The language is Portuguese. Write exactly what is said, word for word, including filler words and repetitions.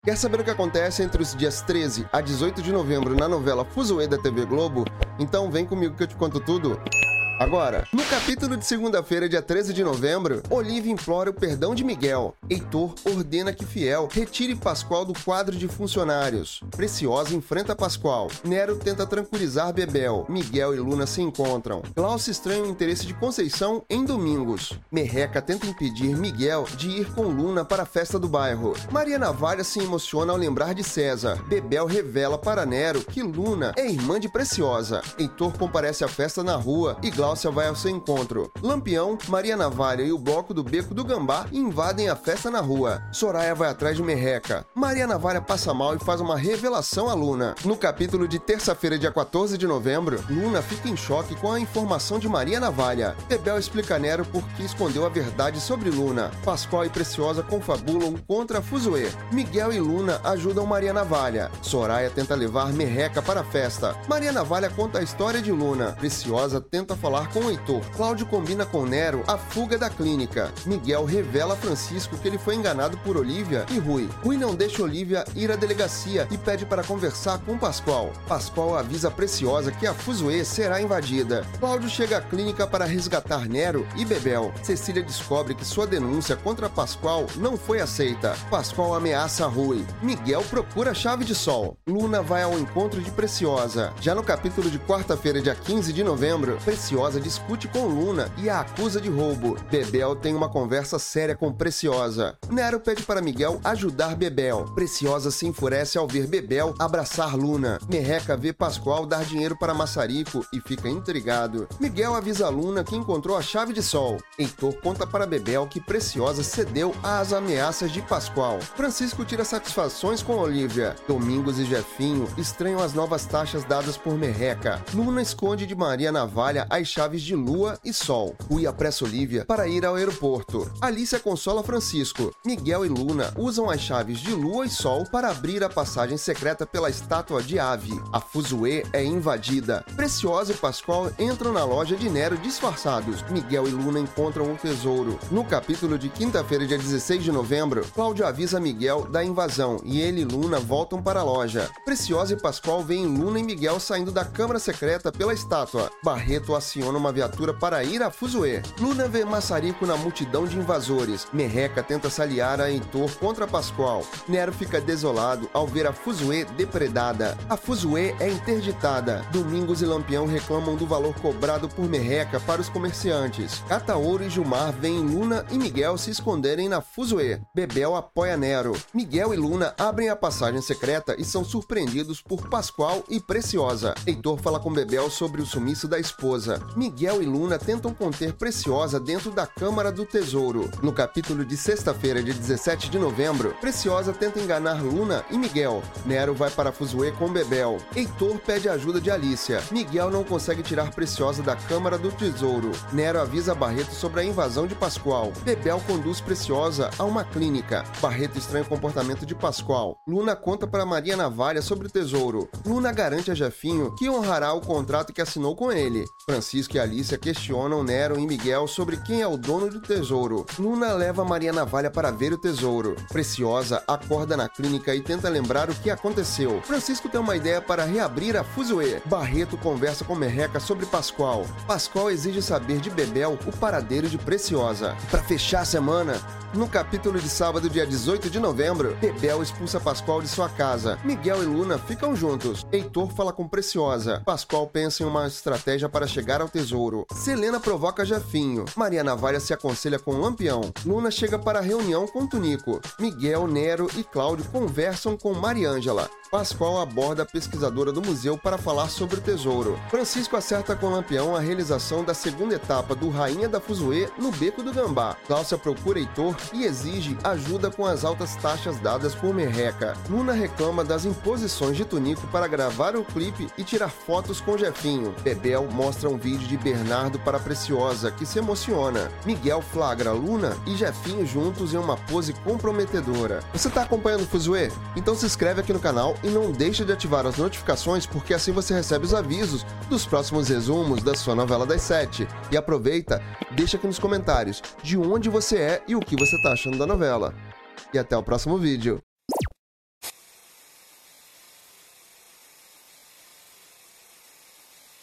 Quer saber o que acontece entre os dias treze a dezoito de novembro na novela Fuzue da T V Globo? Então vem comigo que eu te conto tudo. Agora, no capítulo de segunda-feira, dia treze de novembro, Olivia implora o perdão de Miguel. Heitor ordena que Fiel retire Pascoal do quadro de funcionários. Preciosa enfrenta Pascoal. Nero tenta tranquilizar Bebel. Miguel e Luna se encontram. Glaucio estranha o interesse de Conceição em Domingos. Merreca tenta impedir Miguel de ir com Luna para a festa do bairro. Maria Navalha se emociona ao lembrar de César. Bebel revela para Nero que Luna é irmã de Preciosa. Heitor comparece à festa na rua e Glaucio vai ao seu encontro. Lampião, Maria Navalha e o bloco do Beco do Gambá invadem a festa na rua. Soraya vai atrás de Merreca. Maria Navalha passa mal e faz uma revelação a Luna. No capítulo de terça-feira, dia quatorze de novembro, Luna fica em choque com a informação de Maria Navalha. Bebel explica a Nero por que escondeu a verdade sobre Luna. Pascoal e Preciosa confabulam contra Fuzue. Miguel e Luna ajudam Maria Navalha. Soraya tenta levar Merreca para a festa. Maria Navalha conta a história de Luna. Preciosa tenta falar com Heitor. Cláudio combina com Nero a fuga da clínica. Miguel revela a Francisco que ele foi enganado por Olivia e Rui. Rui não deixa Olivia ir à delegacia e pede para conversar com Pascoal. Pascoal avisa Preciosa que a Fuzue será invadida. Cláudio chega à clínica para resgatar Nero e Bebel. Cecília descobre que sua denúncia contra Pascoal não foi aceita. Pascoal ameaça Rui. Miguel procura a chave de sol. Luna vai ao encontro de Preciosa. Já no capítulo de quarta-feira, dia quinze de novembro, Preciosa discute com Luna e a acusa de roubo. Bebel tem uma conversa séria com Preciosa. Nero pede para Miguel ajudar Bebel. Preciosa se enfurece ao ver Bebel abraçar Luna. Merreca vê Pascoal dar dinheiro para Massarico e fica intrigado. Miguel avisa Luna que encontrou a chave de sol. Heitor conta para Bebel que Preciosa cedeu às ameaças de Pascoal. Francisco tira satisfações com Olivia. Domingos e Jefinho estranham as novas taxas dadas por Merreca. Luna esconde de Maria Navalha as chaves de Lua e Sol. Rui apressa Olivia para ir ao aeroporto. Alicia consola Francisco. Miguel e Luna usam as chaves de Lua e Sol para abrir a passagem secreta pela estátua de Ave. A Fuzue é invadida. Preciosa e Pascoal entram na loja de Nero disfarçados. Miguel e Luna encontram o tesouro. No capítulo de quinta-feira, dia dezesseis de novembro, Cláudio avisa Miguel da invasão e ele e Luna voltam para a loja. Preciosa e Pascoal veem Luna e Miguel saindo da câmara secreta pela estátua. Barreto aciona uma viatura para ir a Fuzue. Luna vê Massarico na multidão de invasores. Merreca tenta se aliar a Heitor contra Pascoal. Nero fica desolado ao ver a Fuzue depredada. A Fuzue é interditada. Domingos e Lampião reclamam do valor cobrado por Merreca para os comerciantes. Cataouro e Gilmar veem Luna e Miguel se esconderem na Fuzue. Bebel apoia Nero. Miguel e Luna abrem a passagem secreta e são surpreendidos por Pascoal e Preciosa. Heitor fala com Bebel sobre o sumiço da esposa. Miguel e Luna tentam conter Preciosa dentro da Câmara do Tesouro. No capítulo de sexta-feira, de dezessete de novembro, Preciosa tenta enganar Luna e Miguel. Nero vai para Fuzue com Bebel. Heitor pede ajuda de Alicia. Miguel não consegue tirar Preciosa da Câmara do Tesouro. Nero avisa Barreto sobre a invasão de Pascoal. Bebel conduz Preciosa a uma clínica. Barreto estranha o comportamento de Pascoal. Luna conta para Maria Navalha sobre o tesouro. Luna garante a Jefinho que honrará o contrato que assinou com ele. Francisco e Alicia questionam Nero e Miguel sobre quem é o dono do tesouro. Luna leva Maria Navalha para ver o tesouro. Preciosa acorda na clínica e tenta lembrar o que aconteceu. Francisco tem uma ideia para reabrir a Fuzue. Barreto conversa com Merreca sobre Pascoal. Pascoal exige saber de Bebel o paradeiro de Preciosa. Para fechar a semana, no capítulo de sábado, dia dezoito de novembro, Bebel expulsa Pascoal de sua casa. Miguel e Luna ficam juntos. Heitor fala com Preciosa. Pascoal pensa em uma estratégia para chegar ao tesouro. Selena provoca Jefinho. Maria Navalha se aconselha com Lampião. Luna chega para a reunião com Tunico. Miguel, Nero e Cláudio conversam com Mariângela. Pascoal aborda a pesquisadora do museu para falar sobre o tesouro. Francisco acerta com Lampião a realização da segunda etapa do Rainha da Fuzue no Beco do Gambá. Cláudia procura Heitor e exige ajuda com as altas taxas dadas por Merreca. Luna reclama das imposições de Tunico para gravar o clipe e tirar fotos com Jefinho. Bebel mostra um vídeo de Bernardo para Preciosa, que se emociona. Miguel flagra Luna e Jefinho juntos em uma pose comprometedora. Você está acompanhando o Fuzue? Então se inscreve aqui no canal e não deixa de ativar as notificações, porque assim você recebe os avisos dos próximos resumos da sua novela das sete. E aproveita, deixa aqui nos comentários de onde você é e o que você está achando da novela. E até o próximo vídeo.